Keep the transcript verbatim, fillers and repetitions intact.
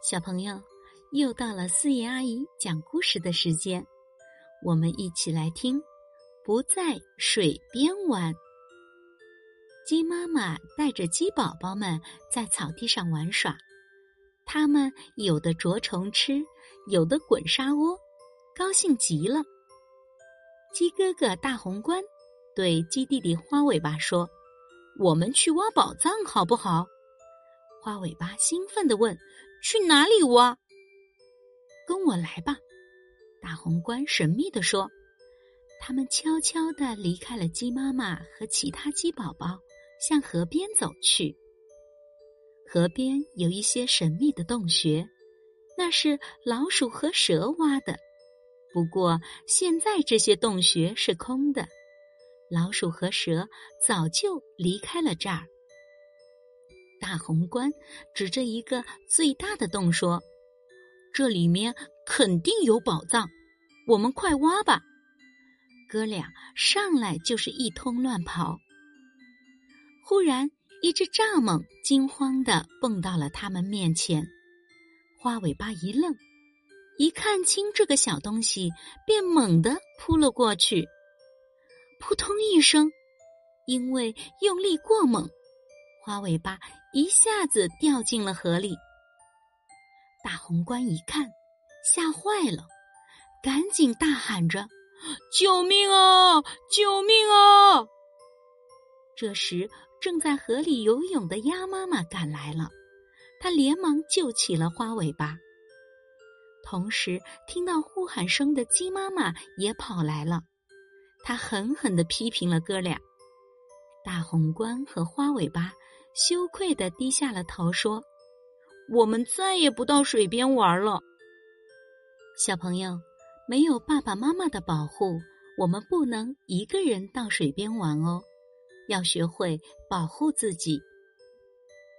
小朋友，又到了四叶阿姨讲故事的时间，我们一起来听不在水边玩。鸡妈妈带着鸡宝宝们在草地上玩耍，它们有的啄虫吃，有的滚沙窝，高兴极了。鸡哥哥大红冠对鸡弟弟花尾巴说：我们去挖宝藏好不好？花尾巴兴奋地问：去哪里挖？跟我来吧，大红冠神秘地说。他们悄悄地离开了鸡妈妈和其他鸡宝宝，向河边走去。河边有一些神秘的洞穴，那是老鼠和蛇挖的。不过现在这些洞穴是空的，老鼠和蛇早就离开了这儿。大红冠指着一个最大的洞说：这里面肯定有宝藏，我们快挖吧。哥俩上来就是一通乱跑。忽然一只蚱蜢惊慌地蹦到了他们面前，花尾巴一愣，一看清这个小东西，便猛地扑了过去。扑通一声，因为用力过猛，花尾巴一下子掉进了河里。大红冠一看，吓坏了，赶紧大喊着：救命啊！救命啊！这时正在河里游泳的鸭妈妈赶来了，她连忙救起了花尾巴。同时听到呼喊声的鸡妈妈也跑来了，她狠狠地批评了哥俩。大红冠和花尾巴羞愧地低下了头说：我们再也不到水边玩了。小朋友，没有爸爸妈妈的保护，我们不能一个人到水边玩哦，要学会保护自己，